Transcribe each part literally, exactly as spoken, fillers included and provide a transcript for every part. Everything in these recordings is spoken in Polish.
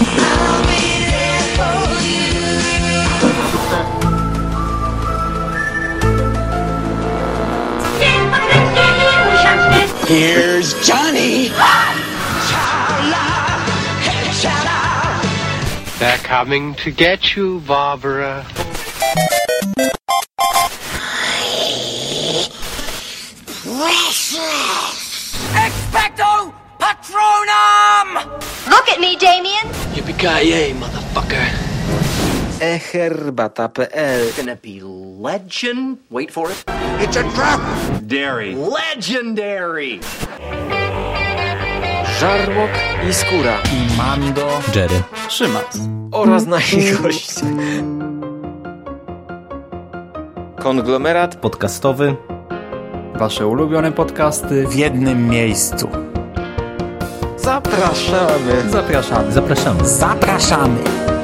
Here's Johnny! They're coming to get you, Barbara. Precious! Expecto Patronum! Look at me, Damien! Yippee-ki-yay, motherfucker. e herbata kropka pe el. Gonna be legend. Wait for it. It's a trap! Dairy. Legendary! Żarłok i skóra. I Mando, Jerry, Szymas Oraz nasi goście. Konglomerat podcastowy. Wasze ulubione podcasty w jednym miejscu. Zapraszamy. Zapraszamy. Zapraszamy. Zapraszamy.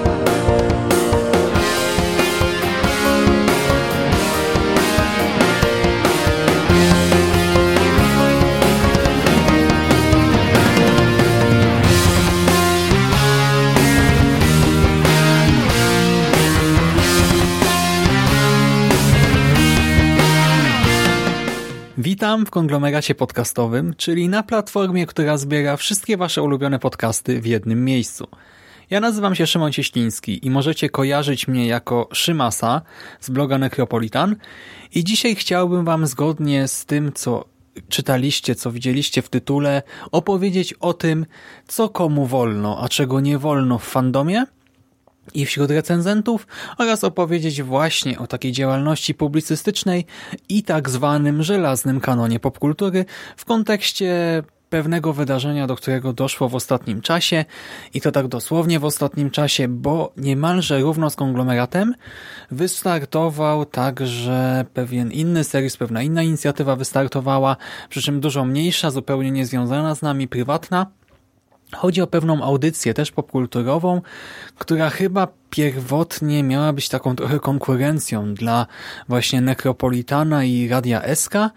Witam w konglomeracie podcastowym, czyli na platformie, która zbiera wszystkie wasze ulubione podcasty w jednym miejscu. Ja nazywam się Szymon Cieśliński i możecie kojarzyć mnie jako Szymasa z bloga Necropolitan i dzisiaj chciałbym wam zgodnie z tym, co czytaliście, co widzieliście w tytule, opowiedzieć o tym, co komu wolno, a czego nie wolno w fandomie i wśród recenzentów oraz opowiedzieć właśnie o takiej działalności publicystycznej i tak zwanym żelaznym kanonie popkultury w kontekście pewnego wydarzenia, do którego doszło w ostatnim czasie i to tak dosłownie w ostatnim czasie, bo niemalże równo z konglomeratem wystartował także pewien inny serwis, pewna inna inicjatywa wystartowała, przy czym dużo mniejsza, zupełnie niezwiązana z nami, prywatna. Chodzi o pewną audycję, też popkulturową, która chyba pierwotnie miała być taką trochę konkurencją dla właśnie Necropolitana i Radia S K,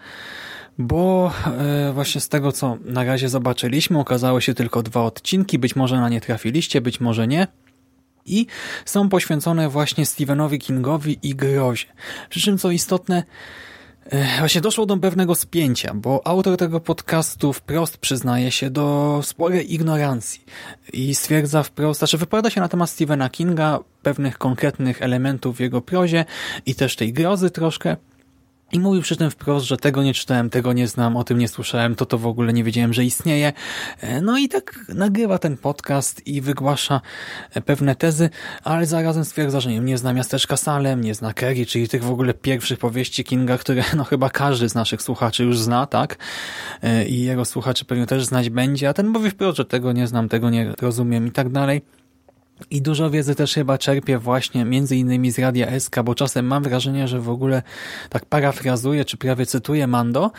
bo e, właśnie z tego, co na razie zobaczyliśmy, okazały się tylko dwa odcinki, być może na nie trafiliście, być może nie. I są poświęcone właśnie Stephenowi Kingowi i grozie. Przy czym, co istotne, właśnie doszło do pewnego spięcia, bo autor tego podcastu wprost przyznaje się do sporej ignorancji i stwierdza wprost, znaczy wypowiada się na temat Stephena Kinga, pewnych konkretnych elementów w jego prozie i też tej grozy troszkę. I mówi przy tym wprost, że tego nie czytałem, tego nie znam, o tym nie słyszałem, to to w ogóle nie wiedziałem, że istnieje. No i tak nagrywa ten podcast i wygłasza pewne tezy, ale zarazem stwierdza, że nie, nie zna Miasteczka Salem, nie zna Kerry, czyli tych w ogóle pierwszych powieści Kinga, które no chyba każdy z naszych słuchaczy już zna, tak? I jego słuchaczy pewnie też znać będzie, a ten mówi wprost, że tego nie znam, tego nie rozumiem i tak dalej. I dużo wiedzy też chyba czerpie właśnie między innymi z Radia S K, bo czasem mam wrażenie, że w ogóle tak parafrazuję, czy prawie cytuję Mando.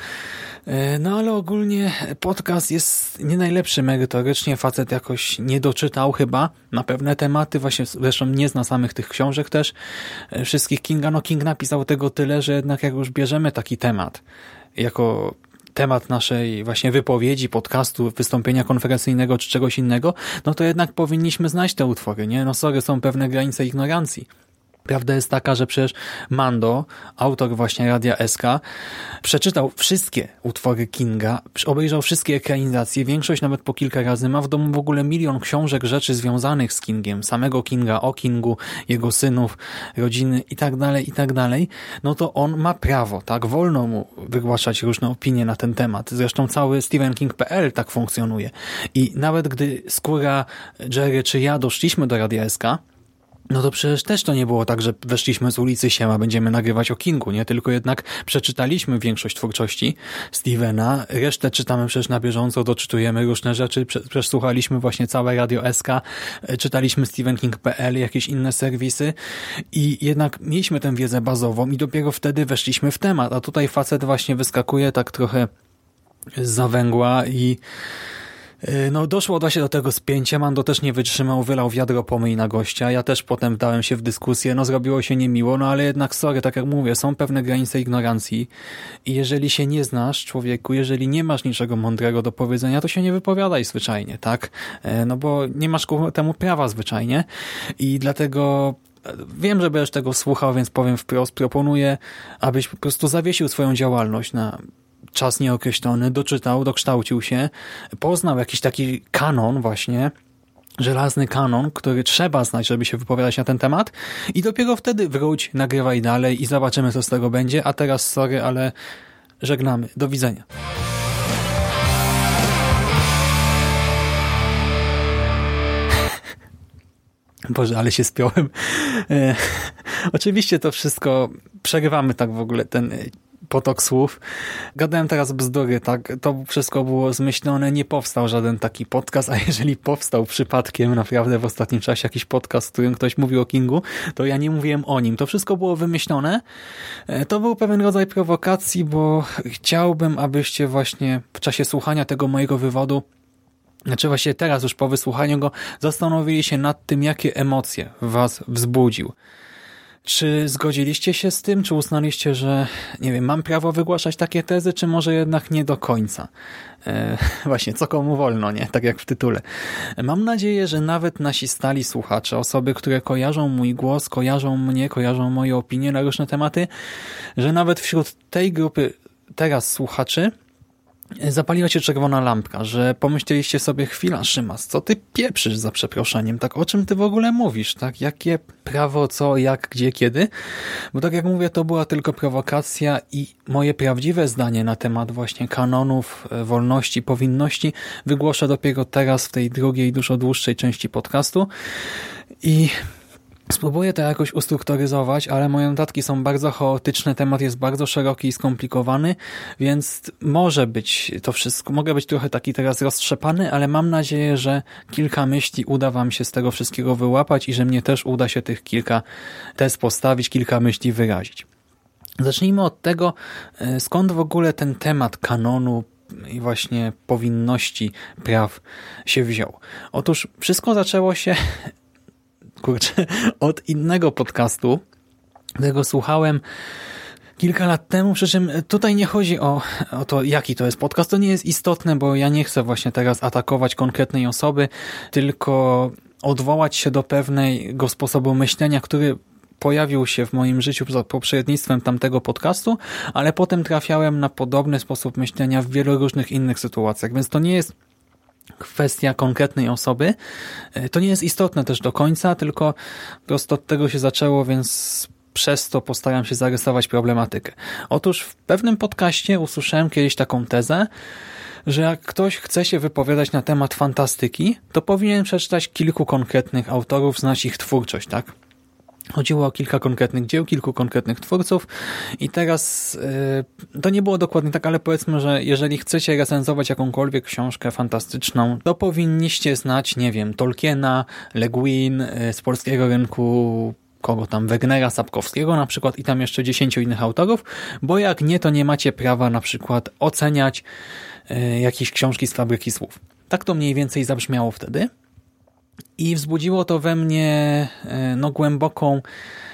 No ale ogólnie podcast jest nie najlepszy merytorycznie, facet jakoś nie doczytał chyba na pewne tematy, właśnie zresztą nie zna samych tych książek też, wszystkich Kinga. No King napisał tego tyle, że jednak jak już bierzemy taki temat jako temat naszej właśnie wypowiedzi, podcastu, wystąpienia konferencyjnego czy czegoś innego, no to jednak powinniśmy znać te utwory, nie? No sorry, są pewne granice ignorancji. Prawda jest taka, że przecież Mando, autor właśnie Radia S K, przeczytał wszystkie utwory Kinga, obejrzał wszystkie ekranizacje, większość nawet po kilka razy, ma w domu w ogóle milion książek, rzeczy związanych z Kingiem, samego Kinga, o Kingu, jego synów, rodziny i tak dalej, i tak dalej, no to on ma prawo, tak, wolno mu wygłaszać różne opinie na ten temat. Zresztą cały Stephen King kropka pe el tak funkcjonuje. I nawet gdy Skóra, Jerry czy ja doszliśmy do Radia S K, no to przecież też to nie było tak, że weszliśmy z ulicy Siema, będziemy nagrywać o Kingu, nie? Tylko jednak przeczytaliśmy większość twórczości Stephena, resztę czytamy przecież na bieżąco, doczytujemy różne rzeczy, przesłuchaliśmy właśnie całe Radio S K, czytaliśmy Stephen King kropka pe el, jakieś inne serwisy i jednak mieliśmy tę wiedzę bazową i dopiero wtedy weszliśmy w temat, a tutaj facet właśnie wyskakuje tak trochę z zawęgła i No doszło właśnie do tego spięcia, Mando też nie wytrzymał, wylał wiadro pomyj na gościa, ja też potem wdałem się w dyskusję, no zrobiło się niemiło, no ale jednak sorry, tak jak mówię, są pewne granice ignorancji i jeżeli się nie znasz, człowieku, jeżeli nie masz niczego mądrego do powiedzenia, to się nie wypowiadaj zwyczajnie, tak? No bo nie masz ku temu prawa zwyczajnie i dlatego wiem, że będziesz tego słuchał, więc powiem wprost, proponuję, abyś po prostu zawiesił swoją działalność na czas nieokreślony, doczytał, dokształcił się, poznał jakiś taki kanon właśnie, żelazny kanon, który trzeba znać, żeby się wypowiadać na ten temat i dopiero wtedy wróć, nagrywaj dalej i zobaczymy, co z tego będzie, a teraz sorry, ale żegnamy. Do widzenia. Boże, ale się spiąłem. E, oczywiście to wszystko przegrywamy tak w ogóle ten potok słów. Gadałem teraz bzdury, tak? To wszystko było zmyślone, nie powstał żaden taki podcast, a jeżeli powstał przypadkiem naprawdę w ostatnim czasie jakiś podcast, w którym ktoś mówił o Kingu, to ja nie mówiłem o nim. To wszystko było wymyślone. To był pewien rodzaj prowokacji, bo chciałbym, abyście właśnie w czasie słuchania tego mojego wywodu, znaczy właśnie teraz już po wysłuchaniu go, zastanowili się nad tym, jakie emocje w was wzbudził. Czy zgodziliście się z tym, czy uznaliście, że nie wiem, mam prawo wygłaszać takie tezy, czy może jednak nie do końca? E, właśnie, co komu wolno, nie? Tak jak w tytule. Mam nadzieję, że nawet nasi stali słuchacze, osoby, które kojarzą mój głos, kojarzą mnie, kojarzą moje opinie na różne tematy, że nawet wśród tej grupy teraz słuchaczy zapaliła się czerwona lampka, że pomyśleliście sobie, chwila, Szymas, co ty pieprzysz za przeproszeniem, tak o czym ty w ogóle mówisz, tak? Jakie prawo, co, jak, gdzie, kiedy? Bo tak jak mówię, to była tylko prowokacja i moje prawdziwe zdanie na temat właśnie kanonów, wolności, powinności wygłoszę dopiero teraz w tej drugiej, dużo dłuższej części podcastu i spróbuję to jakoś ustrukturyzować, ale moje notatki są bardzo chaotyczne, temat jest bardzo szeroki i skomplikowany, więc może być to wszystko, mogę być trochę taki teraz roztrzepany, ale mam nadzieję, że kilka myśli uda wam się z tego wszystkiego wyłapać i że mnie też uda się tych kilka tez postawić, kilka myśli wyrazić. Zacznijmy od tego, skąd w ogóle ten temat kanonu i właśnie powinności praw się wziął. Otóż wszystko zaczęło się kurczę, od innego podcastu, którego słuchałem kilka lat temu, przy czym tutaj nie chodzi o, o to, jaki to jest podcast, to nie jest istotne, bo ja nie chcę właśnie teraz atakować konkretnej osoby, tylko odwołać się do pewnego sposobu myślenia, który pojawił się w moim życiu za pośrednictwem tamtego podcastu, ale potem trafiałem na podobny sposób myślenia w wielu różnych innych sytuacjach, więc to nie jest kwestia konkretnej osoby. To nie jest istotne też do końca, tylko po prostu od tego się zaczęło, więc przez to postaram się zarysować problematykę. Otóż w pewnym podcaście usłyszałem kiedyś taką tezę, że jak ktoś chce się wypowiadać na temat fantastyki, to powinien przeczytać kilku konkretnych autorów, znać ich twórczość, tak? Chodziło o kilka konkretnych dzieł, kilku konkretnych twórców i teraz yy, to nie było dokładnie tak, ale powiedzmy, że jeżeli chcecie recenzować jakąkolwiek książkę fantastyczną, to powinniście znać, nie wiem, Tolkiena, Le Guin, yy, z polskiego rynku kogo tam, Wegnera, Sapkowskiego na przykład i tam jeszcze dziesięciu innych autorów, bo jak nie, to nie macie prawa na przykład oceniać yy, jakieś książki z fabryki słów. Tak to mniej więcej zabrzmiało wtedy. I wzbudziło to we mnie no, głęboką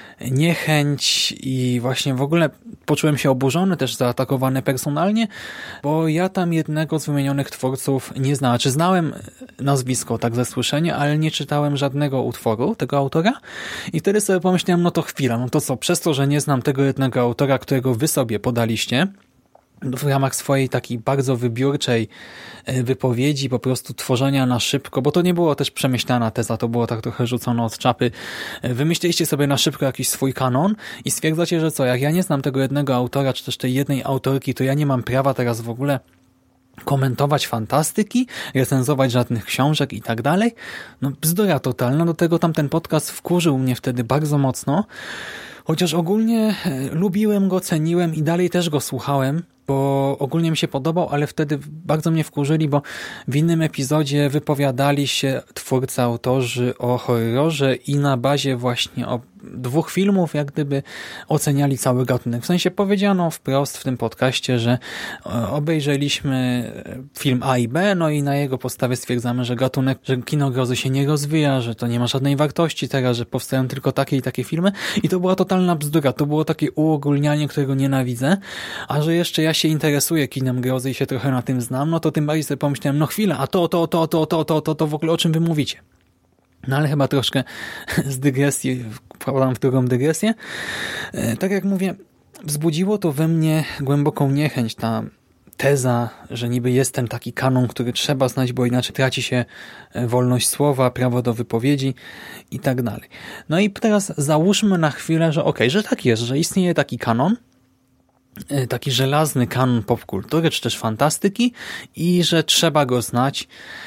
niechęć i właśnie w ogóle poczułem się oburzony, też zaatakowany personalnie, bo ja tam jednego z wymienionych twórców nie znałem. Czy znałem nazwisko tak ze słyszenia, ale nie czytałem żadnego utworu tego autora i wtedy sobie pomyślałem, no to chwila, no to co, przez to, że nie znam tego jednego autora, którego wy sobie podaliście, w ramach swojej takiej bardzo wybiórczej wypowiedzi, po prostu tworzenia na szybko, bo to nie było też przemyślana teza, to było tak trochę rzucone od czapy. Wymyśliliście sobie na szybko jakiś swój kanon i stwierdzacie, że co, jak ja nie znam tego jednego autora, czy też tej jednej autorki, to ja nie mam prawa teraz w ogóle komentować fantastyki, recenzować żadnych książek i tak dalej. No bzdura totalna, do tego tamten podcast wkurzył mnie wtedy bardzo mocno, chociaż ogólnie lubiłem go, ceniłem i dalej też go słuchałem, bo ogólnie mi się podobał, ale wtedy bardzo mnie wkurzyli, bo w innym epizodzie wypowiadali się twórcy, autorzy o horrorze i na bazie właśnie dwóch filmów jak gdyby oceniali cały gatunek. W sensie powiedziano wprost w tym podcaście, że obejrzeliśmy film A i B, no i na jego podstawie stwierdzamy, że gatunek, że kino grozy się nie rozwija, że to nie ma żadnej wartości teraz, że powstają tylko takie i takie filmy i to była totalna bzdura. To było takie uogólnianie, którego nienawidzę, a że jeszcze ja się interesuję kinem grozy i się trochę na tym znam, no to tym bardziej sobie pomyślałem, no chwila, a to, to, to, to, to, to, to, to w ogóle o czym wy mówicie? No ale chyba troszkę z dygresji wpadam w drugą dygresję. Tak jak mówię, wzbudziło to we mnie głęboką niechęć, ta teza, że niby jest ten taki kanon, który trzeba znać, bo inaczej traci się wolność słowa, prawo do wypowiedzi i tak dalej. No i teraz załóżmy na chwilę, że okej, okay, że tak jest, że istnieje taki kanon, taki żelazny kanon popkultury, czy też fantastyki i że trzeba go znać.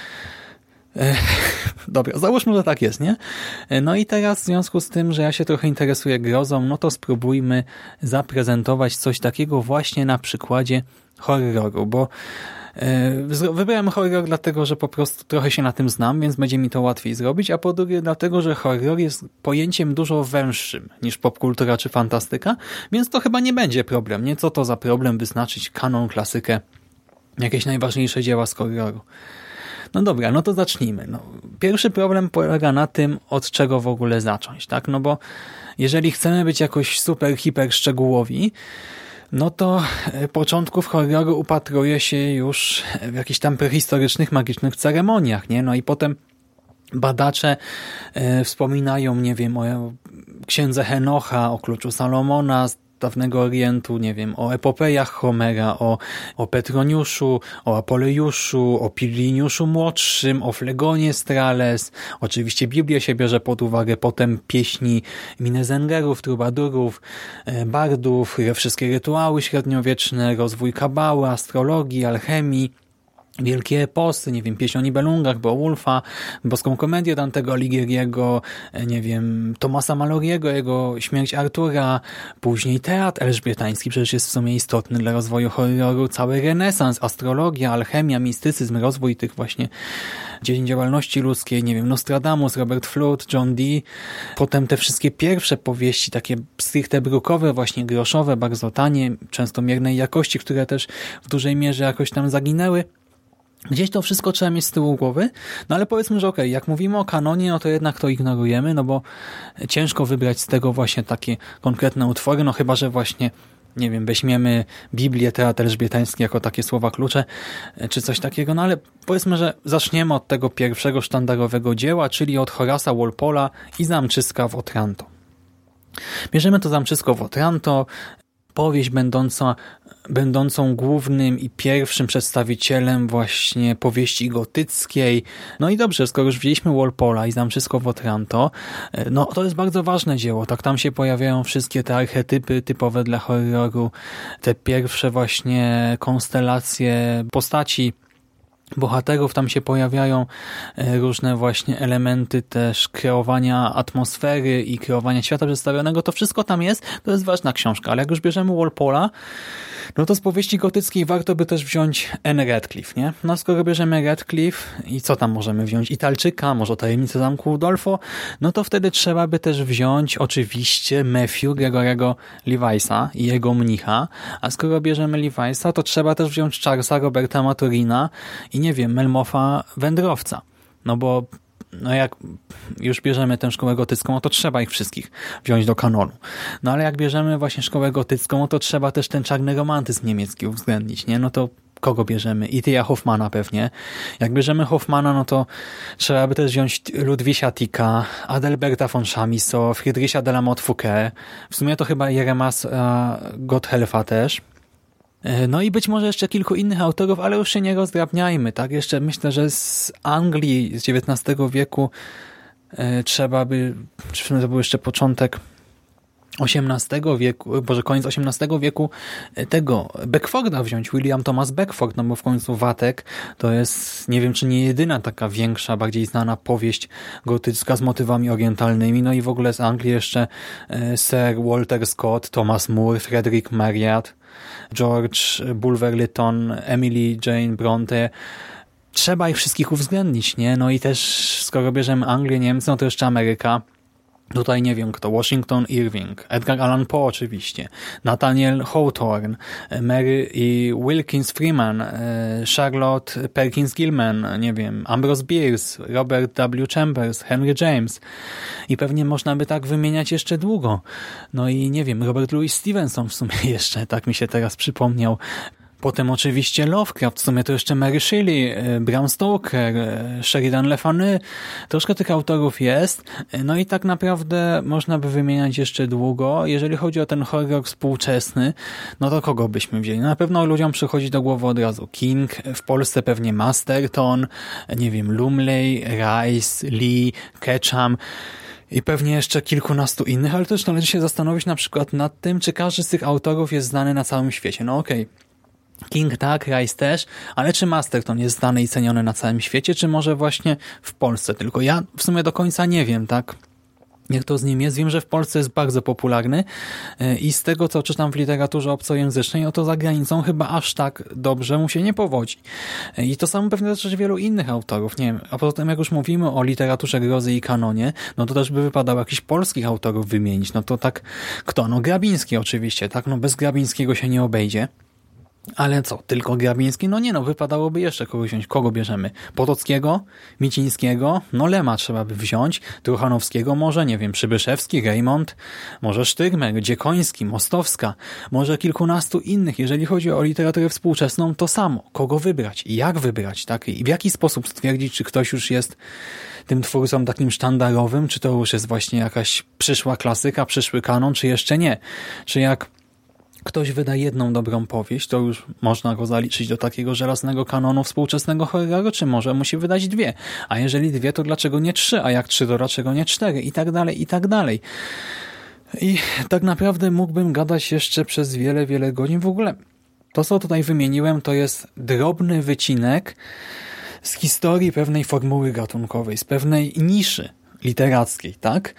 Dobra, załóżmy, że tak jest, nie? No i teraz w związku z tym, że ja się trochę interesuję grozą, no to spróbujmy zaprezentować coś takiego właśnie na przykładzie horroru, bo wybrałem horror dlatego, że po prostu trochę się na tym znam, więc będzie mi to łatwiej zrobić, a po drugie dlatego, że horror jest pojęciem dużo węższym niż popkultura czy fantastyka, więc to chyba nie będzie problem, nie? Co to za problem wyznaczyć kanon, klasykę, jakieś najważniejsze dzieła z horroru. No dobra, no to zacznijmy. No, pierwszy problem polega na tym, od czego w ogóle zacząć, tak? No bo jeżeli chcemy być jakoś super, hiper szczegółowi, no to początków horroru upatruje się już w jakichś tam prehistorycznych, magicznych ceremoniach, nie? No i potem badacze e, wspominają, nie wiem, o księdze Henocha, o kluczu Salomona, dawnego Orientu, nie wiem, o epopejach Homera, o, o Petroniuszu, o Apolejuszu, o Piliniuszu Młodszym, o Flegonie Strales. Oczywiście Biblia się bierze pod uwagę, potem pieśni Minezengerów, trubadurów, bardów, wszystkie rytuały średniowieczne, rozwój kabały, astrologii, alchemii, wielkie eposy, nie wiem, pieśń o Nibelungach, Beowulfa, boską komedię Dantego Alighieriego, nie wiem, Tomasa Mallory'ego, jego Śmierć Artura, później teatr elżbietański, przecież jest w sumie istotny dla rozwoju horroru, cały renesans, astrologia, alchemia, mistycyzm, rozwój tych właśnie dziedzin działalności ludzkiej, nie wiem, Nostradamus, Robert Fludd, John Dee, potem te wszystkie pierwsze powieści, takie stricte brukowe, właśnie groszowe, bardzo tanie, często miernej jakości, które też w dużej mierze jakoś tam zaginęły. Gdzieś to wszystko trzeba mieć z tyłu głowy, no ale powiedzmy, że okej, okay, jak mówimy o kanonie, no to jednak to ignorujemy, no bo ciężko wybrać z tego właśnie takie konkretne utwory, no chyba, że właśnie, nie wiem, weźmiemy Biblię, teatr elżbietański jako takie słowa klucze, czy coś takiego, no ale powiedzmy, że zaczniemy od tego pierwszego sztandarowego dzieła, czyli od Horasa Walpola i Zamczyska w Otranto. Bierzemy to Zamczysko w Otranto, powieść będąca, będącą głównym i pierwszym przedstawicielem właśnie powieści gotyckiej. No i dobrze, skoro już wzięliśmy Walpola i Zamczysko w Otranto, no to jest bardzo ważne dzieło. Tak, tam się pojawiają wszystkie te archetypy typowe dla horroru, te pierwsze właśnie konstelacje postaci, bohaterów, tam się pojawiają różne właśnie elementy też kreowania atmosfery i kreowania świata przedstawionego. To wszystko tam jest, to jest ważna książka, ale jak już bierzemy Walpola, no to z powieści gotyckiej warto by też wziąć Anne Radcliffe, nie? No skoro bierzemy Radcliffe i co tam możemy wziąć? Italczyka, może Tajemnicę Zamku Udolfo, no to wtedy trzeba by też wziąć oczywiście Matthew Gregorego Levice'a i jego Mnicha, a skoro bierzemy Levice'a, to trzeba też wziąć Charlesa Roberta Maturina i nie wiem, Melmoffa Wędrowca. No bo no jak już bierzemy tę szkołę gotycką, no to trzeba ich wszystkich wziąć do kanonu. No ale jak bierzemy właśnie szkołę gotycką, no to trzeba też ten czarny romantyzm niemiecki uwzględnić, nie? No to kogo bierzemy? Ityja Hoffmana pewnie. Jak bierzemy Hoffmana, no to trzeba by też wziąć Ludwisia Ticka, Adalberta von Chamisso, Friedricha de la Motte Fouquet. W sumie to chyba Jeremas Gotthelfa też. No i być może jeszcze kilku innych autorów, ale już się nie rozdrabniajmy, tak? Jeszcze myślę, że z Anglii z dziewiętnastego wieku e, trzeba by, czy to był jeszcze początek osiemnastego wieku, boże koniec osiemnastego wieku, tego Beckforda wziąć, William Thomas Beckford, no bo w końcu Watek to jest, nie wiem czy nie jedyna taka większa, bardziej znana powieść gotycka z motywami orientalnymi, no i w ogóle z Anglii jeszcze e, Sir Walter Scott, Thomas More, Frederick Marryat, George Bulwer Lytton, Emily Jane Bronte. Trzeba ich wszystkich uwzględnić, nie? No i też skoro bierzemy Anglię, Niemcy, no to jeszcze Ameryka. Tutaj nie wiem kto, Washington Irving, Edgar Allan Poe oczywiście, Nathaniel Hawthorne, Mary i Wilkins Freeman, Charlotte Perkins Gilman, nie wiem, Ambrose Bierce, Robert W. Chambers, Henry James i pewnie można by tak wymieniać jeszcze długo. No i nie wiem, Robert Louis Stevenson w sumie jeszcze, tak mi się teraz przypomniał. Potem oczywiście Lovecraft, w sumie to jeszcze Mary Shelley, Bram Stoker, Sheridan Le Fanu. Troszkę tych autorów jest. No i tak naprawdę można by wymieniać jeszcze długo. Jeżeli chodzi o ten horror współczesny, no to kogo byśmy wzięli? No na pewno ludziom przychodzi do głowy od razu King, w Polsce pewnie Masterton, nie wiem, Lumley, Rice, Lee, Ketchum i pewnie jeszcze kilkunastu innych, ale też należy się zastanowić na przykład nad tym, czy każdy z tych autorów jest znany na całym świecie. No okej. Okay. King tak, Rice też, ale czy Masterton jest znany i ceniony na całym świecie, czy może właśnie w Polsce? Tylko ja w sumie do końca nie wiem, tak? Jak to z nim jest? Wiem, że w Polsce jest bardzo popularny i z tego, co czytam w literaturze obcojęzycznej, no to za granicą chyba aż tak dobrze mu się nie powodzi. I to samo pewnie dotyczy wielu innych autorów, nie wiem. A poza tym, jak już mówimy o literaturze grozy i kanonie, no to też by wypadało jakichś polskich autorów wymienić. No to tak, kto? No Grabiński oczywiście, tak? No bez Grabińskiego się nie obejdzie. Ale co, tylko Grabiński? No nie no, wypadałoby jeszcze kogoś wziąć. Kogo bierzemy? Potockiego? Micińskiego? No Lema trzeba by wziąć. Truchanowskiego może, nie wiem, Przybyszewski, Reymont, może Sztyrmer, Dziekoński, Mostowska, może kilkunastu innych. Jeżeli chodzi o literaturę współczesną, to samo. Kogo wybrać? I jak wybrać? Tak? I w jaki sposób stwierdzić, czy ktoś już jest tym twórcą takim sztandarowym, czy to już jest właśnie jakaś przyszła klasyka, przyszły kanon, czy jeszcze nie? Czy jak ktoś wyda jedną dobrą powieść, to już można go zaliczyć do takiego żelaznego kanonu współczesnego horroru, czy może musi wydać dwie? A jeżeli dwie, to dlaczego nie trzy? A jak trzy, to dlaczego nie cztery? I tak dalej, i tak dalej. I tak naprawdę mógłbym gadać jeszcze przez wiele, wiele godzin. W ogóle to, co tutaj wymieniłem, to jest drobny wycinek z historii pewnej formuły gatunkowej, z pewnej niszy literackiej, tak?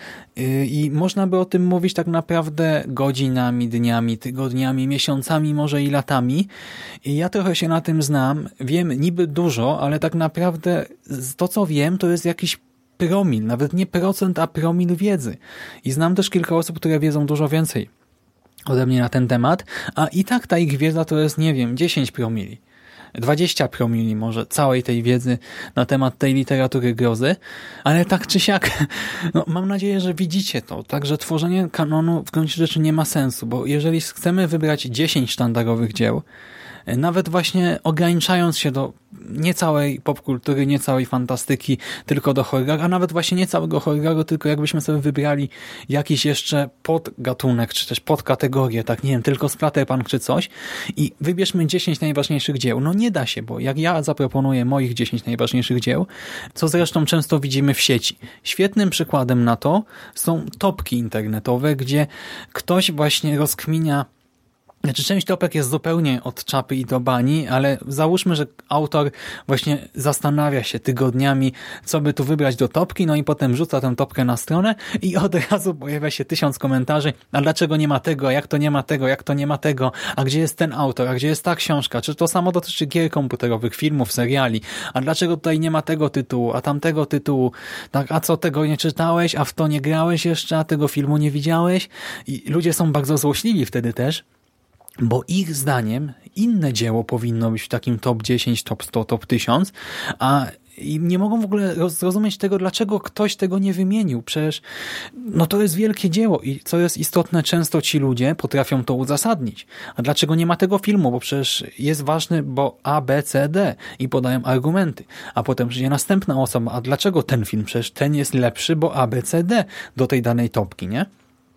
I można by o tym mówić tak naprawdę godzinami, dniami, tygodniami, miesiącami, może i latami. I ja trochę się na tym znam. Wiem niby dużo, ale tak naprawdę to, co wiem, to jest jakiś promil, nawet nie procent, a promil wiedzy. I znam też kilka osób, które wiedzą dużo więcej ode mnie na ten temat, a i tak ta ich wiedza to jest, nie wiem, dziesięć promili. dwadzieścia promili może całej tej wiedzy na temat tej literatury grozy, ale tak czy siak, no, mam nadzieję, że widzicie to, także tworzenie kanonu w gruncie rzeczy nie ma sensu, bo jeżeli chcemy wybrać dziesięć sztandarowych dzieł, nawet właśnie ograniczając się do nie całej popkultury, nie całej fantastyki, tylko do horroru, a nawet właśnie nie całego horroru, tylko jakbyśmy sobie wybrali jakiś jeszcze podgatunek, czy też podkategorię, tak nie wiem, tylko Splatterpunk czy coś i wybierzmy dziesięć najważniejszych dzieł. No nie da się, bo jak ja zaproponuję moich dziesięć najważniejszych dzieł, co zresztą często widzimy w sieci. Świetnym przykładem na to są topki internetowe, gdzie ktoś właśnie rozkminia. Znaczy, część topek jest zupełnie od czapy i do bani, ale załóżmy, że autor właśnie zastanawia się tygodniami, co by tu wybrać do topki, no i potem rzuca tę topkę na stronę i od razu pojawia się tysiąc komentarzy, a dlaczego nie ma tego, jak to nie ma tego, jak to nie ma tego, a gdzie jest ten autor, a gdzie jest ta książka, czy to samo dotyczy gier komputerowych, filmów, seriali, a dlaczego tutaj nie ma tego tytułu, a tamtego tytułu, tak, a co, tego nie czytałeś, a w to nie grałeś jeszcze, a tego filmu nie widziałeś i ludzie są bardzo złośliwi wtedy też, bo ich zdaniem inne dzieło powinno być w takim top dziesięć, top sto, top tysiąc, a i nie mogą w ogóle zrozumieć tego, dlaczego ktoś tego nie wymienił. Przecież no to jest wielkie dzieło i co jest istotne, często ci ludzie potrafią to uzasadnić. A dlaczego nie ma tego filmu? Bo przecież jest ważny, bo A, B, C, D i podają argumenty. A potem przyjdzie następna osoba, a dlaczego ten film? Przecież ten jest lepszy, bo A, B, C, D do tej danej topki, nie?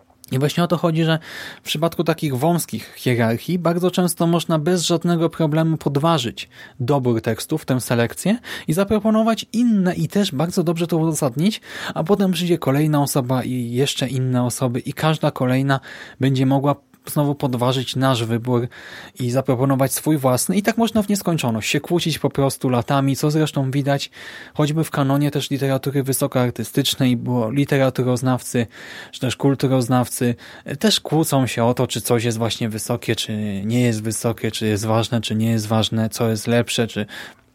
I właśnie o to chodzi, że w przypadku takich wąskich hierarchii bardzo często można bez żadnego problemu podważyć dobór tekstów, tę selekcję i zaproponować inne i też bardzo dobrze to uzasadnić, a potem przyjdzie kolejna osoba i jeszcze inne osoby i każda kolejna będzie mogła znowu podważyć nasz wybór i zaproponować swój własny i tak można w nieskończoność się kłócić po prostu latami, co zresztą widać choćby w kanonie też literatury wysokoartystycznej, bo literaturoznawcy czy też kulturoznawcy też kłócą się o to, czy coś jest właśnie wysokie, czy nie jest wysokie, czy jest ważne, czy nie jest ważne, co jest lepsze, czy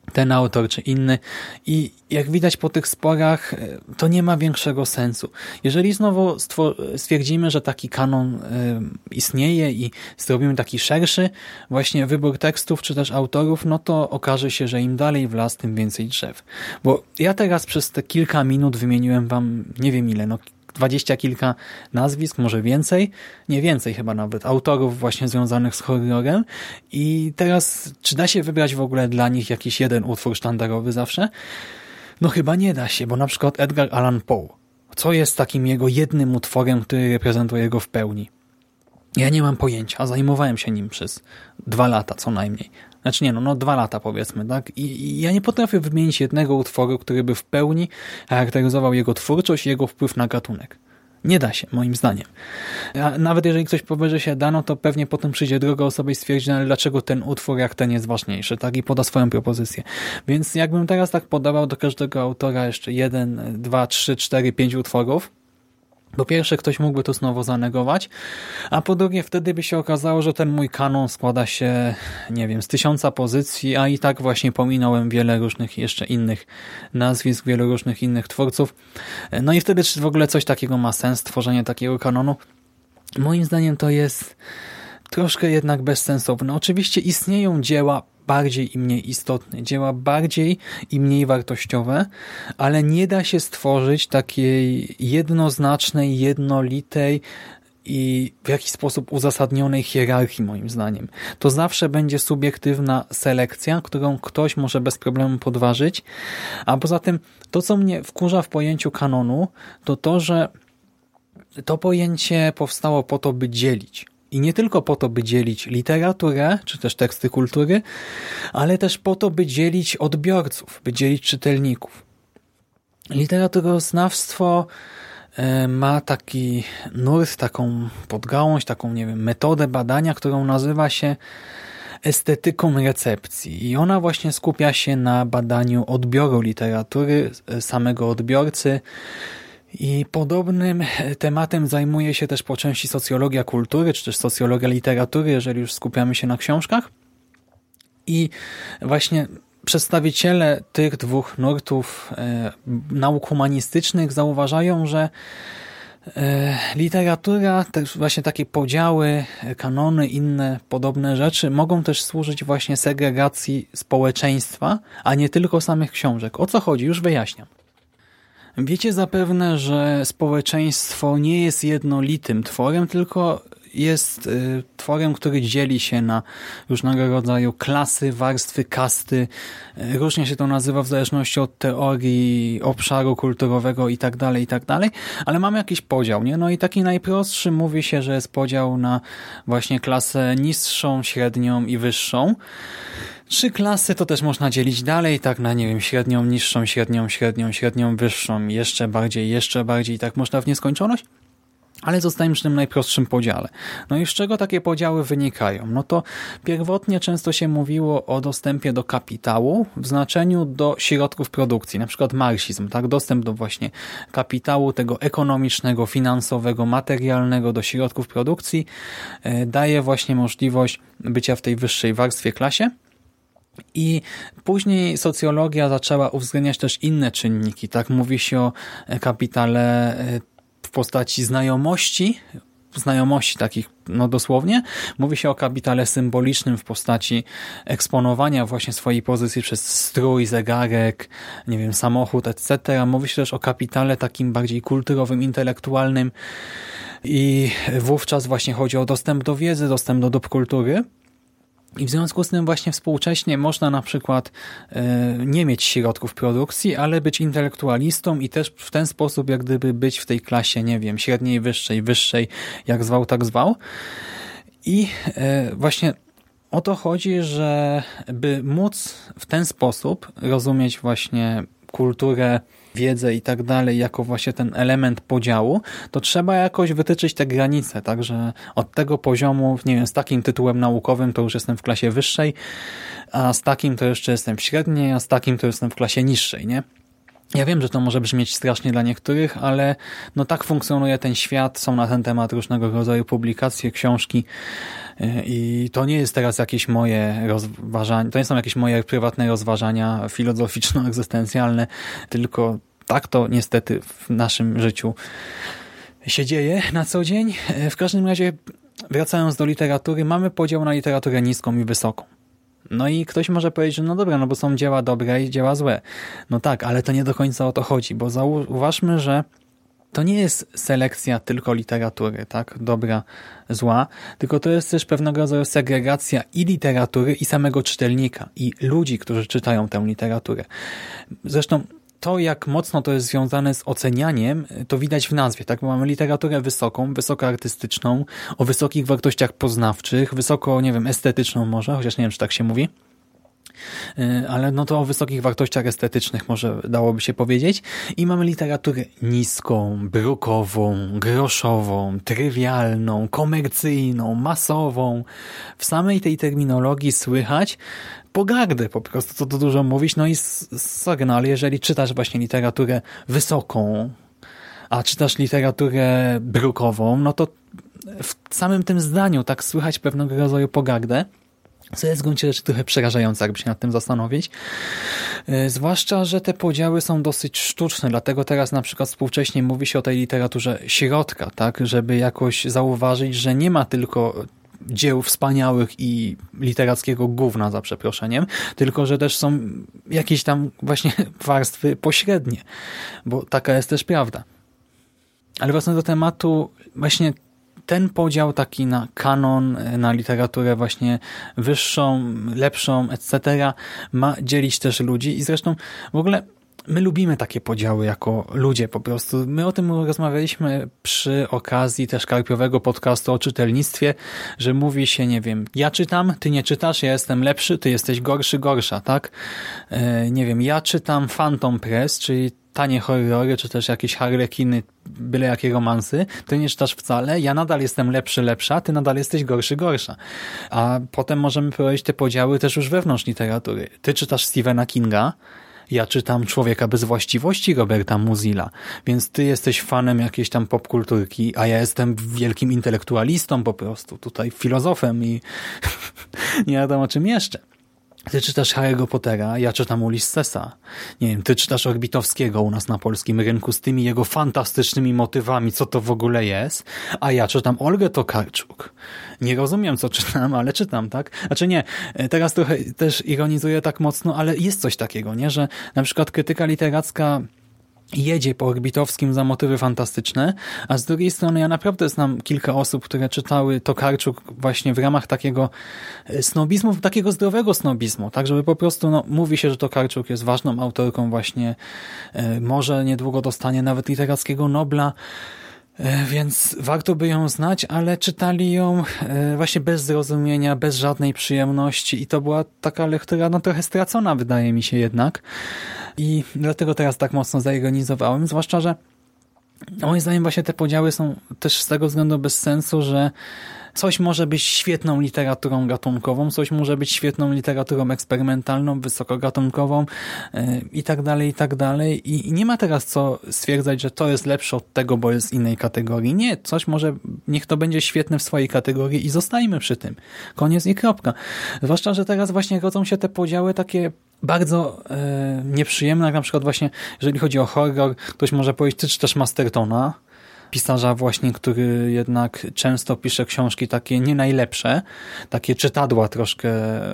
ten autor czy inny i jak widać po tych sporach, to nie ma większego sensu. Jeżeli znowu stwierdzimy, że taki kanon istnieje i zrobimy taki szerszy właśnie wybór tekstów czy też autorów, no to okaże się, że im dalej w las, tym więcej drzew. Bo ja teraz przez te kilka minut wymieniłem wam nie wiem ile, no dwadzieścia kilka nazwisk, może więcej, nie więcej chyba nawet, autorów właśnie związanych z horrorem i teraz czy da się wybrać w ogóle dla nich jakiś jeden utwór sztandarowy zawsze? No chyba nie da się, bo na przykład Edgar Allan Poe, co jest takim jego jednym utworem, który reprezentuje go w pełni? Ja nie mam pojęcia, a zajmowałem się nim przez dwa lata co najmniej. Znaczy nie, no, no dwa lata powiedzmy, tak? I, I ja nie potrafię wymienić jednego utworu, który by w pełni charakteryzował jego twórczość i jego wpływ na gatunek. Nie da się, moim zdaniem. A nawet jeżeli ktoś powie, że się da, no to pewnie potem przyjdzie druga osoba i stwierdzi, no ale dlaczego ten utwór jak ten jest ważniejszy, tak? I poda swoją propozycję. Więc jakbym teraz tak podawał do każdego autora jeszcze jeden, dwa, trzy, cztery, pięć utworów, po pierwsze ktoś mógłby to znowu zanegować, a po drugie wtedy by się okazało, że ten mój kanon składa się, nie wiem, z tysiąca pozycji, a i tak właśnie pominąłem wiele różnych jeszcze innych nazwisk, wielu różnych innych twórców. No i wtedy czy w ogóle coś takiego ma sens, tworzenie takiego kanonu? Moim zdaniem to jest troszkę jednak bezsensowne. Oczywiście istnieją dzieła bardziej i mniej istotne, dzieła bardziej i mniej wartościowe, ale nie da się stworzyć takiej jednoznacznej, jednolitej i w jakiś sposób uzasadnionej hierarchii moim zdaniem. To zawsze będzie subiektywna selekcja, którą ktoś może bez problemu podważyć, a poza tym to, co mnie wkurza w pojęciu kanonu, to to, że to pojęcie powstało po to, by dzielić. I nie tylko po to, by dzielić literaturę, czy też teksty kultury, ale też po to, by dzielić odbiorców, by dzielić czytelników. Literaturoznawstwo ma taki nurt, taką podgałąź, taką, nie wiem, metodę badania, którą nazywa się estetyką recepcji. I ona właśnie skupia się na badaniu odbioru literatury, samego odbiorcy. I podobnym tematem zajmuje się też po części socjologia kultury, czy też socjologia literatury, jeżeli już skupiamy się na książkach. I właśnie przedstawiciele tych dwóch nurtów e, nauk humanistycznych zauważają, że e, literatura, też właśnie takie podziały, kanony, inne podobne rzeczy mogą też służyć właśnie segregacji społeczeństwa, a nie tylko samych książek. O co chodzi? Już wyjaśniam. Wiecie zapewne, że społeczeństwo nie jest jednolitym tworem, tylko jest y, tworem, który dzieli się na różnego rodzaju klasy, warstwy, kasty. Y, różnie się to nazywa w zależności od teorii, obszaru kulturowego i tak dalej, i tak dalej, ale mamy jakiś podział, nie? No i taki najprostszy mówi się, że jest podział na właśnie klasę niższą, średnią i wyższą. Trzy klasy to też można dzielić dalej, tak na, nie wiem, średnią, niższą, średnią, średnią, średnią, wyższą, jeszcze bardziej, jeszcze bardziej, tak można w nieskończoność. Ale zostajemy przy tym najprostszym podziale. No i z czego takie podziały wynikają? No to pierwotnie często się mówiło o dostępie do kapitału w znaczeniu do środków produkcji, na przykład marksizm, tak? Dostęp do właśnie kapitału, tego ekonomicznego, finansowego, materialnego do środków produkcji yy, daje właśnie możliwość bycia w tej wyższej warstwie klasie. I później socjologia zaczęła uwzględniać też inne czynniki. Tak mówi się o kapitale w postaci znajomości, znajomości takich, no dosłownie. Mówi się o kapitale symbolicznym w postaci eksponowania właśnie swojej pozycji przez strój, zegarek, nie wiem, samochód, et cetera. Mówi się też o kapitale takim bardziej kulturowym, intelektualnym i wówczas właśnie chodzi o dostęp do wiedzy, dostęp do dóbr kultury. I w związku z tym właśnie współcześnie można na przykład y, nie mieć środków produkcji, ale być intelektualistą i też w ten sposób jak gdyby być w tej klasie, nie wiem, średniej, wyższej, wyższej, jak zwał, tak zwał. I y, właśnie o to chodzi, że by móc w ten sposób rozumieć właśnie kulturę, wiedzę i tak dalej, jako właśnie ten element podziału, to trzeba jakoś wytyczyć te granice, także od tego poziomu, nie wiem, z takim tytułem naukowym to już jestem w klasie wyższej, a z takim to jeszcze jestem w średniej, a z takim to jestem w klasie niższej, nie? Ja wiem, że to może brzmieć strasznie dla niektórych, ale no tak funkcjonuje ten świat, są na ten temat różnego rodzaju publikacje, książki i to nie jest teraz jakieś moje rozważania, to nie są jakieś moje prywatne rozważania filozoficzno-egzystencjalne, tylko tak to niestety w naszym życiu się dzieje na co dzień. W każdym razie, wracając do literatury, mamy podział na literaturę niską i wysoką. No i ktoś może powiedzieć, że no dobra, no bo są dzieła dobre i dzieła złe. No tak, ale to nie do końca o to chodzi, bo zauważmy, że to nie jest selekcja tylko literatury, tak, dobra, zła, tylko to jest też pewnego rodzaju segregacja i literatury, i samego czytelnika, i ludzi, którzy czytają tę literaturę. Zresztą to, jak mocno to jest związane z ocenianiem, to widać w nazwie, tak? Bo mamy literaturę wysoką, wysoko artystyczną, o wysokich wartościach poznawczych, wysoko, nie wiem, estetyczną może, chociaż nie wiem, czy tak się mówi, ale no to o wysokich wartościach estetycznych może dałoby się powiedzieć. I mamy literaturę niską, brukową, groszową, trywialną, komercyjną, masową. W samej tej terminologii słychać pogardę po prostu, co tu dużo mówić. No i sorry, no ale jeżeli czytasz właśnie literaturę wysoką, a czytasz literaturę brukową, no to w samym tym zdaniu tak słychać pewnego rodzaju pogardę, co jest w gruncie rzeczy trochę przerażające, jakby się nad tym zastanowić. Zwłaszcza, że te podziały są dosyć sztuczne, dlatego teraz na przykład współcześnie mówi się o tej literaturze środka, tak, żeby jakoś zauważyć, że nie ma tylko dzieł wspaniałych i literackiego gówna, za przeproszeniem, tylko że też są jakieś tam właśnie warstwy pośrednie, bo taka jest też prawda. Ale wracając do tematu, właśnie ten podział taki na kanon, na literaturę właśnie wyższą, lepszą, et cetera ma dzielić też ludzi i zresztą w ogóle my lubimy takie podziały jako ludzie po prostu. My o tym rozmawialiśmy przy okazji też karpiowego podcastu o czytelnictwie, że mówi się, nie wiem, ja czytam, ty nie czytasz, ja jestem lepszy, ty jesteś gorszy, gorsza, tak? E, nie wiem, ja czytam Phantom Press, czyli tanie horrory, czy też jakieś harlekiny, byle jakie romansy, ty nie czytasz wcale, ja nadal jestem lepszy, lepsza, ty nadal jesteś gorszy, gorsza. A potem możemy prowadzić te podziały też już wewnątrz literatury. Ty czytasz Stephena Kinga, ja czytam Człowieka bez właściwości Roberta Muzilla, więc ty jesteś fanem jakiejś tam popkulturki, a ja jestem wielkim intelektualistą po prostu, tutaj filozofem i nie wiadomo czym jeszcze. Ty czytasz Harry'ego Pottera, ja czytam Ulyssesa. Nie wiem, ty czytasz Orbitowskiego u nas na polskim rynku z tymi jego fantastycznymi motywami, co to w ogóle jest, a ja czytam Olgę Tokarczuk. Nie rozumiem, co czytam, ale czytam, tak? Znaczy nie, teraz trochę też ironizuję tak mocno, ale jest coś takiego, nie? Że na przykład krytyka literacka jedzie po Orbitowskim za motywy fantastyczne, a z drugiej strony ja naprawdę znam kilka osób, które czytały Tokarczuk właśnie w ramach takiego snobizmu, takiego zdrowego snobizmu, tak, żeby po prostu, no, mówi się, że Tokarczuk jest ważną autorką właśnie, e, może niedługo dostanie nawet literackiego Nobla, e, więc warto by ją znać, ale czytali ją e, właśnie bez zrozumienia, bez żadnej przyjemności i to była taka lektura, no, trochę stracona, wydaje mi się jednak. I dlatego teraz tak mocno zaironizowałem, zwłaszcza, że moim zdaniem właśnie te podziały są też z tego względu bez sensu, że coś może być świetną literaturą gatunkową, coś może być świetną literaturą eksperymentalną, wysokogatunkową yy, i tak dalej, i tak dalej. I, I nie ma teraz co stwierdzać, że to jest lepsze od tego, bo jest z innej kategorii. Nie, coś może, niech to będzie świetne w swojej kategorii i zostajmy przy tym. Koniec i kropka. Zwłaszcza, że teraz właśnie rodzą się te podziały takie bardzo e, nieprzyjemne, jak na przykład właśnie, jeżeli chodzi o horror, ktoś może powiedzieć, ty czytasz Mastertona, pisarza właśnie, który jednak często pisze książki takie nie najlepsze, takie czytadła troszkę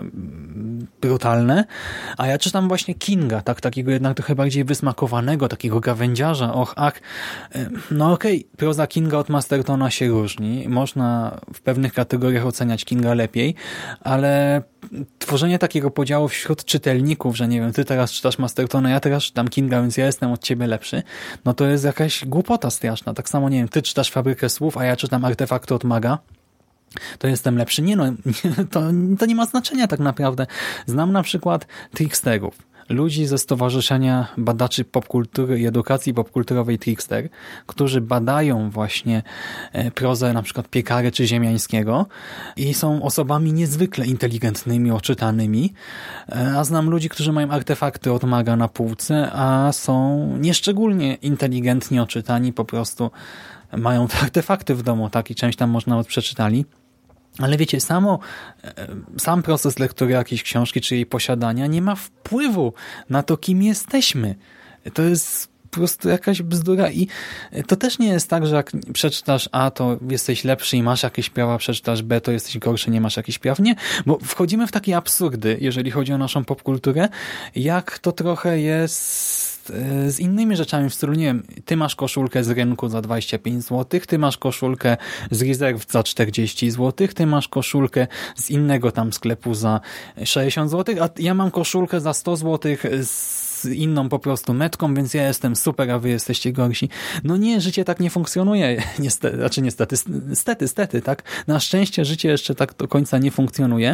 brutalne, a ja czytam właśnie Kinga, tak, takiego jednak trochę bardziej wysmakowanego, takiego gawędziarza, och, ach, no okej, okay, proza Kinga od Mastertona się różni, można w pewnych kategoriach oceniać Kinga lepiej, ale tworzenie takiego podziału wśród czytelników, że nie wiem, ty teraz czytasz Mastertona, ja teraz czytam Kinga, więc ja jestem od ciebie lepszy, no to jest jakaś głupota straszna. Tak samo, nie wiem, ty czytasz Fabrykę Słów, a ja czytam Artefakty od Maga, to jestem lepszy. Nie no, to, to nie ma znaczenia tak naprawdę. Znam na przykład tricksterów. ludzi ze Stowarzyszenia Badaczy Popkultury i Edukacji Popkulturowej Trickster, którzy badają właśnie prozę na przykład Piekary czy Ziemiańskiego i są osobami niezwykle inteligentnymi, oczytanymi, a znam ludzi, którzy mają artefakty od maga na półce, a są nieszczególnie inteligentni, oczytani, po prostu mają te artefakty w domu, tak, i część tam może nawet przeczytali. Ale wiecie, samo, sam proces lektury jakiejś książki czy jej posiadania nie ma wpływu na to, kim jesteśmy. To jest po prostu jakaś bzdura i to też nie jest tak, że jak przeczytasz A, to jesteś lepszy i masz jakieś prawa, przeczytasz B, to jesteś gorszy, nie masz jakichś praw. Nie, bo wchodzimy w takie absurdy, jeżeli chodzi o naszą popkulturę, jak to trochę jest z innymi rzeczami w stylu, nie wiem, ty masz koszulkę z rynku za dwadzieścia pięć złotych, ty masz koszulkę z rezerw za czterdzieści złotych, ty masz koszulkę z innego tam sklepu za sześćdziesiąt złotych, a ja mam koszulkę za sto złotych z inną po prostu metką, więc ja jestem super, a wy jesteście gorsi. No nie, życie tak nie funkcjonuje. Niestety, znaczy niestety, stety, stety, tak? Na szczęście życie jeszcze tak do końca nie funkcjonuje.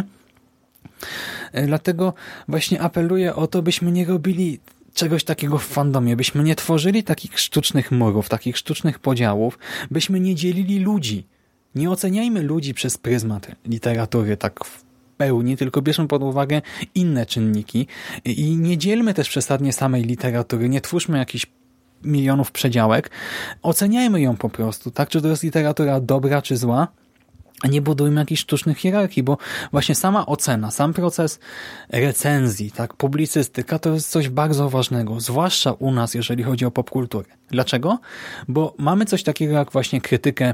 Dlatego właśnie apeluję o to, byśmy nie robili czegoś takiego w fandomie, byśmy nie tworzyli takich sztucznych murów, takich sztucznych podziałów, byśmy nie dzielili ludzi. Nie oceniajmy ludzi przez pryzmat literatury tak w pełni, tylko bierzmy pod uwagę inne czynniki i nie dzielmy też przesadnie samej literatury, nie twórzmy jakichś milionów przedziałek, oceniajmy ją po prostu, tak? Czy to jest literatura dobra czy zła, a nie budujmy jakichś sztucznych hierarchii, bo właśnie sama ocena, sam proces recenzji, tak, publicystyka to jest coś bardzo ważnego, zwłaszcza u nas, jeżeli chodzi o popkulturę. Dlaczego? Bo mamy coś takiego jak właśnie krytykę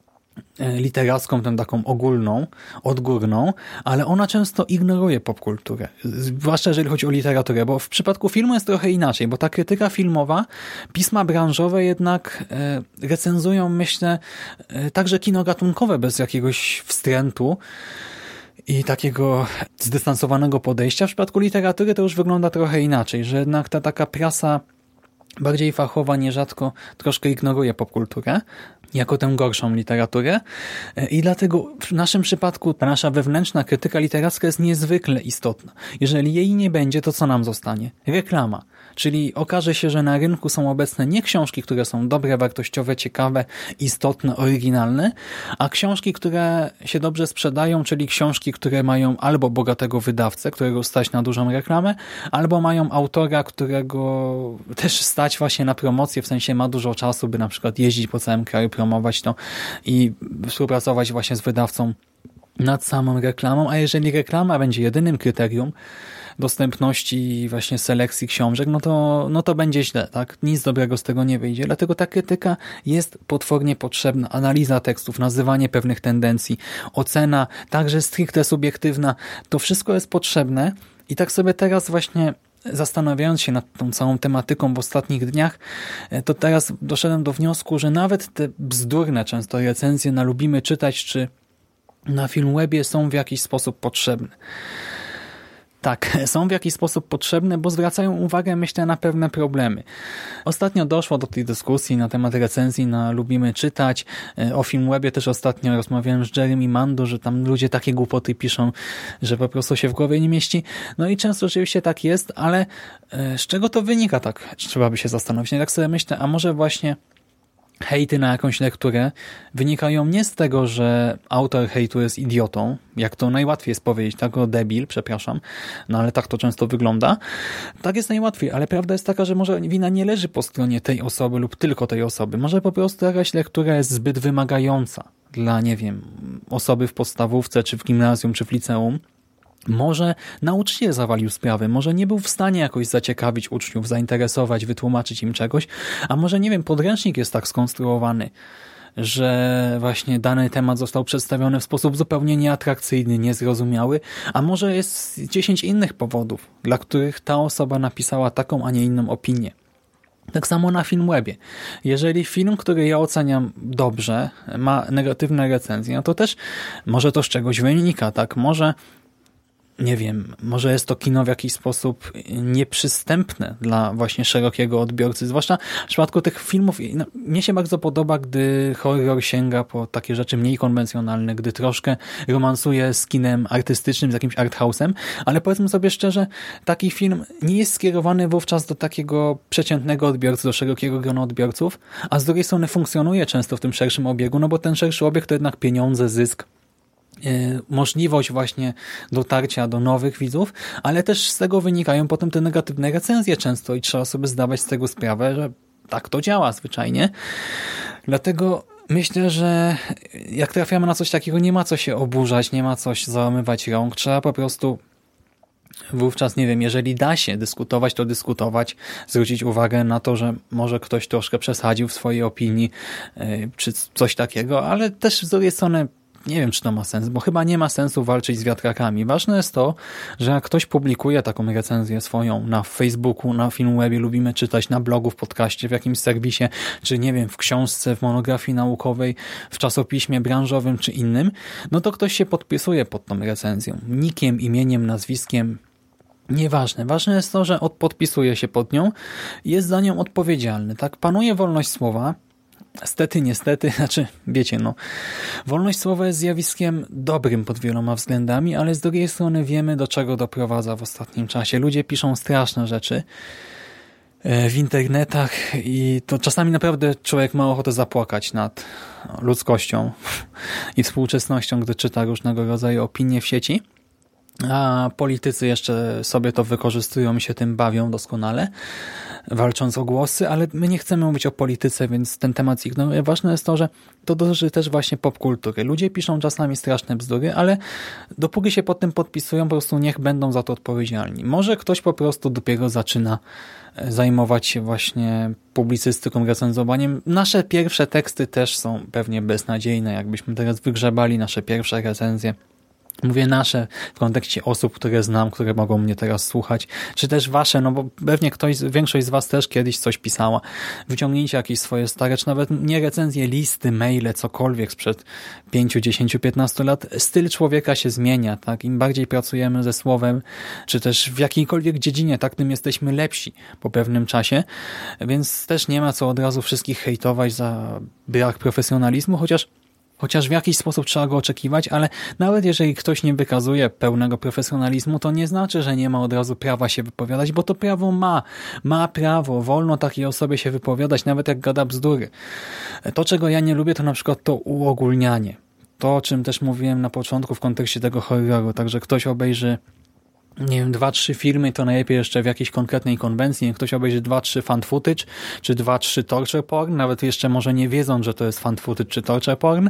literacką, tę taką ogólną, odgórną, ale ona często ignoruje popkulturę. Zwłaszcza jeżeli chodzi o literaturę, bo w przypadku filmu jest trochę inaczej, bo ta krytyka filmowa, pisma branżowe jednak recenzują, myślę, także kino gatunkowe bez jakiegoś wstrętu i takiego zdystansowanego podejścia. W przypadku literatury to już wygląda trochę inaczej, że jednak ta taka prasa bardziej fachowa nierzadko troszkę ignoruje popkulturę jako tę gorszą literaturę i dlatego w naszym przypadku ta nasza wewnętrzna krytyka literacka jest niezwykle istotna. Jeżeli jej nie będzie, to co nam zostanie? Reklama. Czyli okaże się, że na rynku są obecne nie książki, które są dobre, wartościowe, ciekawe, istotne, oryginalne, a książki, które się dobrze sprzedają, czyli książki, które mają albo bogatego wydawcę, którego stać na dużą reklamę, albo mają autora, którego też stać właśnie na promocję, w sensie ma dużo czasu, by na przykład jeździć po całym kraju, promować to i współpracować właśnie z wydawcą nad samą reklamą, a jeżeli reklama będzie jedynym kryterium dostępności i właśnie selekcji książek, no to, no to będzie źle, tak? Nic dobrego z tego nie wyjdzie. Dlatego ta krytyka jest potwornie potrzebna. Analiza tekstów, nazywanie pewnych tendencji, ocena, także stricte subiektywna. To wszystko jest potrzebne i tak sobie teraz właśnie zastanawiając się nad tą całą tematyką w ostatnich dniach, to teraz doszedłem do wniosku, że nawet te bzdurne często recenzje na Lubimy Czytać czy na Filmwebie są w jakiś sposób potrzebne. Tak, są w jakiś sposób potrzebne, bo zwracają uwagę, myślę, na pewne problemy. Ostatnio doszło do tej dyskusji na temat recenzji na Lubimy Czytać. O Filmwebie też ostatnio rozmawiałem z Jeremy Mando, że tam ludzie takie głupoty piszą, że po prostu się w głowie nie mieści. No i często oczywiście tak jest, ale z czego to wynika? Tak trzeba by się zastanowić. Tak sobie myślę, a może właśnie hejty na jakąś lekturę wynikają nie z tego, że autor hejtu jest idiotą, jak to najłatwiej jest powiedzieć, tak, o debil, przepraszam, no ale tak to często wygląda. Tak jest najłatwiej, ale prawda jest taka, że może wina nie leży po stronie tej osoby lub tylko tej osoby. Może po prostu jakaś lektura jest zbyt wymagająca dla, nie wiem, osoby w podstawówce, czy w gimnazjum, czy w liceum. Może nauczyciel zawalił sprawy, może nie był w stanie jakoś zaciekawić uczniów, zainteresować, wytłumaczyć im czegoś, a może, nie wiem, podręcznik jest tak skonstruowany, że właśnie dany temat został przedstawiony w sposób zupełnie nieatrakcyjny, niezrozumiały, a może jest dziesięć innych powodów, dla których ta osoba napisała taką, a nie inną opinię. Tak samo na Filmwebie. Jeżeli film, który ja oceniam dobrze, ma negatywne recenzje, no to też może to z czegoś wynika, tak? Może nie wiem, może jest to kino w jakiś sposób nieprzystępne dla właśnie szerokiego odbiorcy, zwłaszcza w przypadku tych filmów. No, mnie się bardzo podoba, gdy horror sięga po takie rzeczy mniej konwencjonalne, gdy troszkę romansuje z kinem artystycznym, z jakimś arthouse'em, ale powiedzmy sobie szczerze, taki film nie jest skierowany wówczas do takiego przeciętnego odbiorcy, do szerokiego grona odbiorców, a z drugiej strony funkcjonuje często w tym szerszym obiegu, no bo ten szerszy obieg to jednak pieniądze, zysk, możliwość właśnie dotarcia do nowych widzów, ale też z tego wynikają potem te negatywne recenzje często i trzeba sobie zdawać z tego sprawę, że tak to działa zwyczajnie. Dlatego myślę, że jak trafiamy na coś takiego, nie ma co się oburzać, nie ma co załamywać rąk, trzeba po prostu wówczas, nie wiem, jeżeli da się dyskutować, to dyskutować, zwrócić uwagę na to, że może ktoś troszkę przesadził w swojej opinii, czy coś takiego, ale też z drugiej strony nie wiem, czy to ma sens, bo chyba nie ma sensu walczyć z wiatrakami. Ważne jest to, że jak ktoś publikuje taką recenzję swoją na Facebooku, na Filmwebie, lubimy czytać na blogu, w podcaście, w jakimś serwisie, czy nie wiem, w książce, w monografii naukowej, w czasopiśmie branżowym, czy innym, no to ktoś się podpisuje pod tą recenzją. Nikiem, imieniem, nazwiskiem, nieważne. Ważne jest to, że podpisuje się pod nią i jest za nią odpowiedzialny. Tak, panuje wolność słowa. Stety, niestety, znaczy, wiecie, no, wolność słowa jest zjawiskiem dobrym pod wieloma względami, ale z drugiej strony wiemy, do czego doprowadza w ostatnim czasie. Ludzie piszą straszne rzeczy w internetach i to czasami naprawdę człowiek ma ochotę zapłakać nad ludzkością i współczesnością, gdy czyta różnego rodzaju opinie w sieci. A politycy jeszcze sobie to wykorzystują i się tym bawią doskonale, walcząc o głosy, ale my nie chcemy mówić o polityce, więc ten temat zignoruję. Ważne jest to, że to dotyczy też właśnie popkultury. Ludzie piszą czasami straszne bzdury, ale dopóki się pod tym podpisują, po prostu niech będą za to odpowiedzialni. Może ktoś po prostu dopiero zaczyna zajmować się właśnie publicystyką, recenzowaniem. Nasze pierwsze teksty też są pewnie beznadziejne, jakbyśmy teraz wygrzebali nasze pierwsze recenzje. Mówię nasze w kontekście osób, które znam, które mogą mnie teraz słuchać, czy też wasze, no bo pewnie ktoś, większość z was też kiedyś coś pisała. Wyciągnijcie jakieś swoje stare, czy nawet nie recenzje, listy, maile, cokolwiek sprzed pięciu, dziesięciu, piętnastu lat. Styl człowieka się zmienia, tak? Im bardziej pracujemy ze słowem, czy też w jakiejkolwiek dziedzinie, tak tym jesteśmy lepsi po pewnym czasie, więc też nie ma co od razu wszystkich hejtować za brak profesjonalizmu, chociaż Chociaż w jakiś sposób trzeba go oczekiwać, ale nawet jeżeli ktoś nie wykazuje pełnego profesjonalizmu, to nie znaczy, że nie ma od razu prawa się wypowiadać, bo to prawo ma. Ma prawo, wolno takiej osobie się wypowiadać, nawet jak gada bzdury. To, czego ja nie lubię, to na przykład to uogólnianie. To, o czym też mówiłem na początku w kontekście tego horroru. Także ktoś obejrzy nie wiem, dwa, trzy filmy, to najlepiej jeszcze w jakiejś konkretnej konwencji. Niech ktoś obejrzy dwa, trzy fan footage, czy dwa, trzy torture porn, nawet jeszcze może nie wiedząc, że to jest fan footage czy torture porn,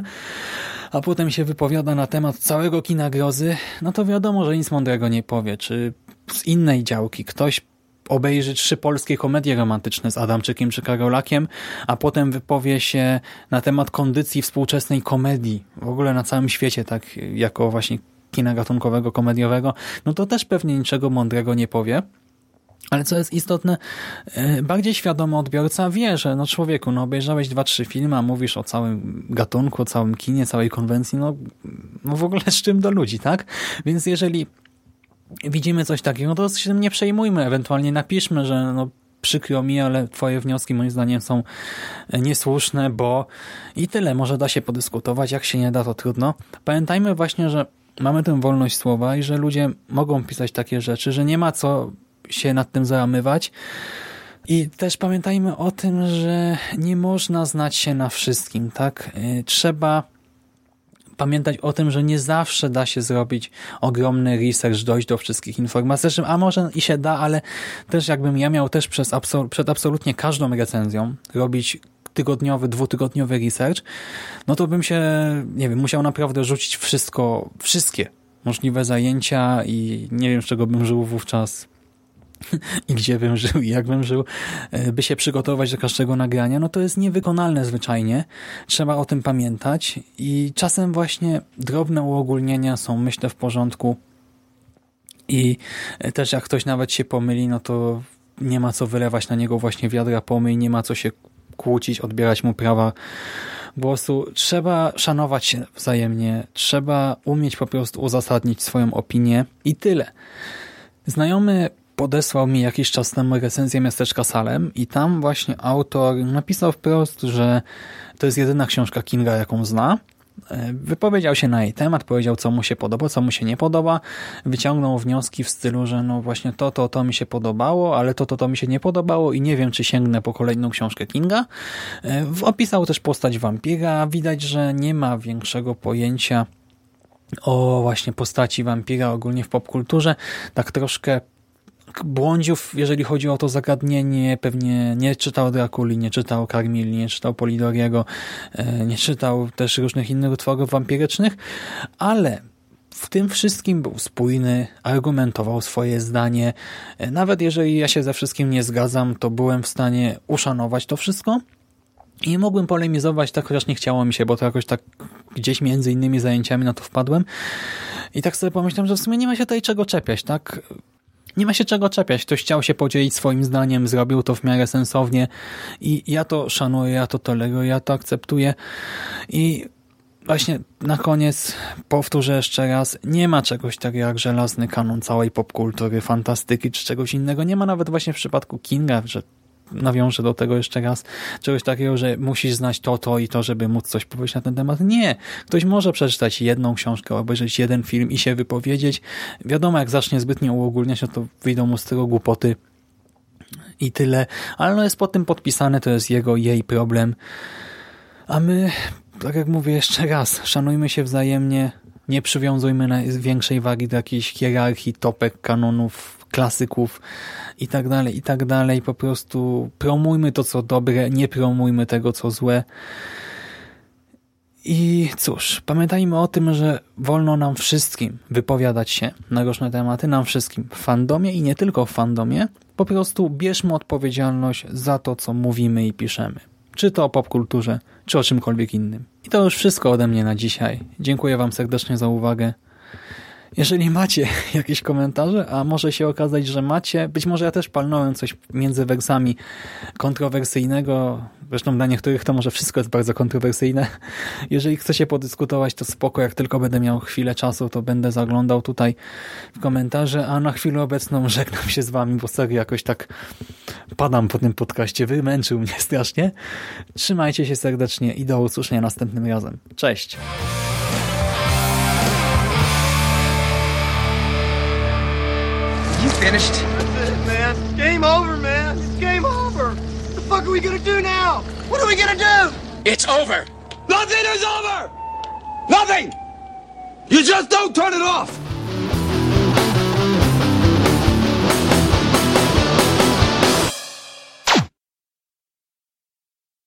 a potem się wypowiada na temat całego kina grozy, no to wiadomo, że nic mądrego nie powie. Czy z innej działki ktoś obejrzy trzy polskie komedie romantyczne z Adamczykiem czy Karolakiem, a potem wypowie się na temat kondycji współczesnej komedii, w ogóle na całym świecie, tak jako właśnie kina gatunkowego, komediowego, no to też pewnie niczego mądrego nie powie. Ale co jest istotne, bardziej świadomy odbiorca wie, że no człowieku, no obejrzałeś dwa, trzy filmy, a mówisz o całym gatunku, o całym kinie, całej konwencji, no, no w ogóle z czym do ludzi, tak? Więc jeżeli widzimy coś takiego, to się tym nie przejmujmy, ewentualnie napiszmy, że no przykro mi, ale twoje wnioski moim zdaniem są niesłuszne, bo i tyle, może da się podyskutować, jak się nie da, to trudno. Pamiętajmy właśnie, że mamy tę wolność słowa i że ludzie mogą pisać takie rzeczy, że nie ma co się nad tym załamywać. I też pamiętajmy o tym, że nie można znać się na wszystkim, tak? Trzeba pamiętać o tym, że nie zawsze da się zrobić ogromny research, dojść do wszystkich informacji, a może i się da, ale też jakbym ja miał też przez absol- przed absolutnie każdą recenzją robić tygodniowy, dwutygodniowy research, no to bym się, nie wiem, musiał naprawdę rzucić wszystko, wszystkie możliwe zajęcia i nie wiem, z czego bym żył wówczas i gdzie bym żył i jak bym żył, by się przygotować do każdego nagrania, no to jest niewykonalne zwyczajnie. Trzeba o tym pamiętać i czasem właśnie drobne uogólnienia są, myślę, w porządku i też jak ktoś nawet się pomyli, no to nie ma co wylewać na niego właśnie wiadra pomyj, nie ma co się kłócić, odbierać mu prawa głosu. Trzeba szanować się wzajemnie, trzeba umieć po prostu uzasadnić swoją opinię i tyle. Znajomy podesłał mi jakiś czas temu recenzję Miasteczka Salem i tam właśnie autor napisał wprost, że to jest jedyna książka Kinga, jaką zna. Wypowiedział się na jej temat, powiedział, co mu się podoba, co mu się nie podoba. Wyciągnął wnioski w stylu, że no właśnie to, to, to mi się podobało, ale to, to, to mi się nie podobało i nie wiem, czy sięgnę po kolejną książkę Kinga. Opisał też postać wampira. Widać, że nie ma większego pojęcia o właśnie postaci wampira ogólnie w popkulturze. Tak troszkę błądził, jeżeli chodzi o to zagadnienie. Pewnie nie czytał Drakuli, nie czytał Carmilli, nie czytał Polidoriego, nie czytał też różnych innych utworów wampirycznych, ale w tym wszystkim był spójny, argumentował swoje zdanie. Nawet jeżeli ja się ze wszystkim nie zgadzam, to byłem w stanie uszanować to wszystko i mogłem polemizować, tak chociaż nie chciało mi się, bo to jakoś tak gdzieś między innymi zajęciami na to wpadłem. I tak sobie pomyślałem, że w sumie nie ma się tutaj czego czepiać, tak? Nie ma się czego czepiać. Ktoś chciał się podzielić swoim zdaniem, zrobił to w miarę sensownie i ja to szanuję, ja to toleruję, ja to akceptuję. I właśnie na koniec powtórzę jeszcze raz, nie ma czegoś takiego jak żelazny kanon całej popkultury, fantastyki czy czegoś innego. Nie ma nawet właśnie w przypadku Kinga, że nawiążę do tego jeszcze raz, czegoś takiego, że musisz znać to, to i to, żeby móc coś powiedzieć na ten temat. Nie. Ktoś może przeczytać jedną książkę, obejrzeć jeden film i się wypowiedzieć. Wiadomo, jak zacznie zbytnio uogólniać, no to wyjdą mu z tego głupoty i tyle. Ale no jest pod tym podpisane, to jest jego, jej problem. A my, tak jak mówię jeszcze raz, szanujmy się wzajemnie, nie przywiązujmy większej wagi do jakiejś hierarchii, topek, kanonów, klasyków i tak dalej, i tak dalej. Po prostu promujmy to, co dobre, nie promujmy tego, co złe. I cóż, pamiętajmy o tym, że wolno nam wszystkim wypowiadać się na różne tematy, nam wszystkim w fandomie i nie tylko w fandomie. Po prostu bierzmy odpowiedzialność za to, co mówimy i piszemy. Czy to o popkulturze, czy o czymkolwiek innym. I to już wszystko ode mnie na dzisiaj. Dziękuję Wam serdecznie za uwagę. Jeżeli macie jakieś komentarze, a może się okazać, że macie, być może ja też palnąłem coś między wersami kontrowersyjnego, zresztą dla niektórych to może wszystko jest bardzo kontrowersyjne. Jeżeli chcecie podyskutować, to spoko, jak tylko będę miał chwilę czasu, to będę zaglądał tutaj w komentarze, a na chwilę obecną żegnam się z Wami, bo serio jakoś tak padam po tym podcaście, wymęczył mnie strasznie. Trzymajcie się serdecznie i do usłyszenia następnym razem. Cześć! You finished? That's it, man. Game over, man. It's game over. What the fuck are we gonna do now? What are we gonna do? It's over! Nothing is over! Nothing! You just don't turn it off!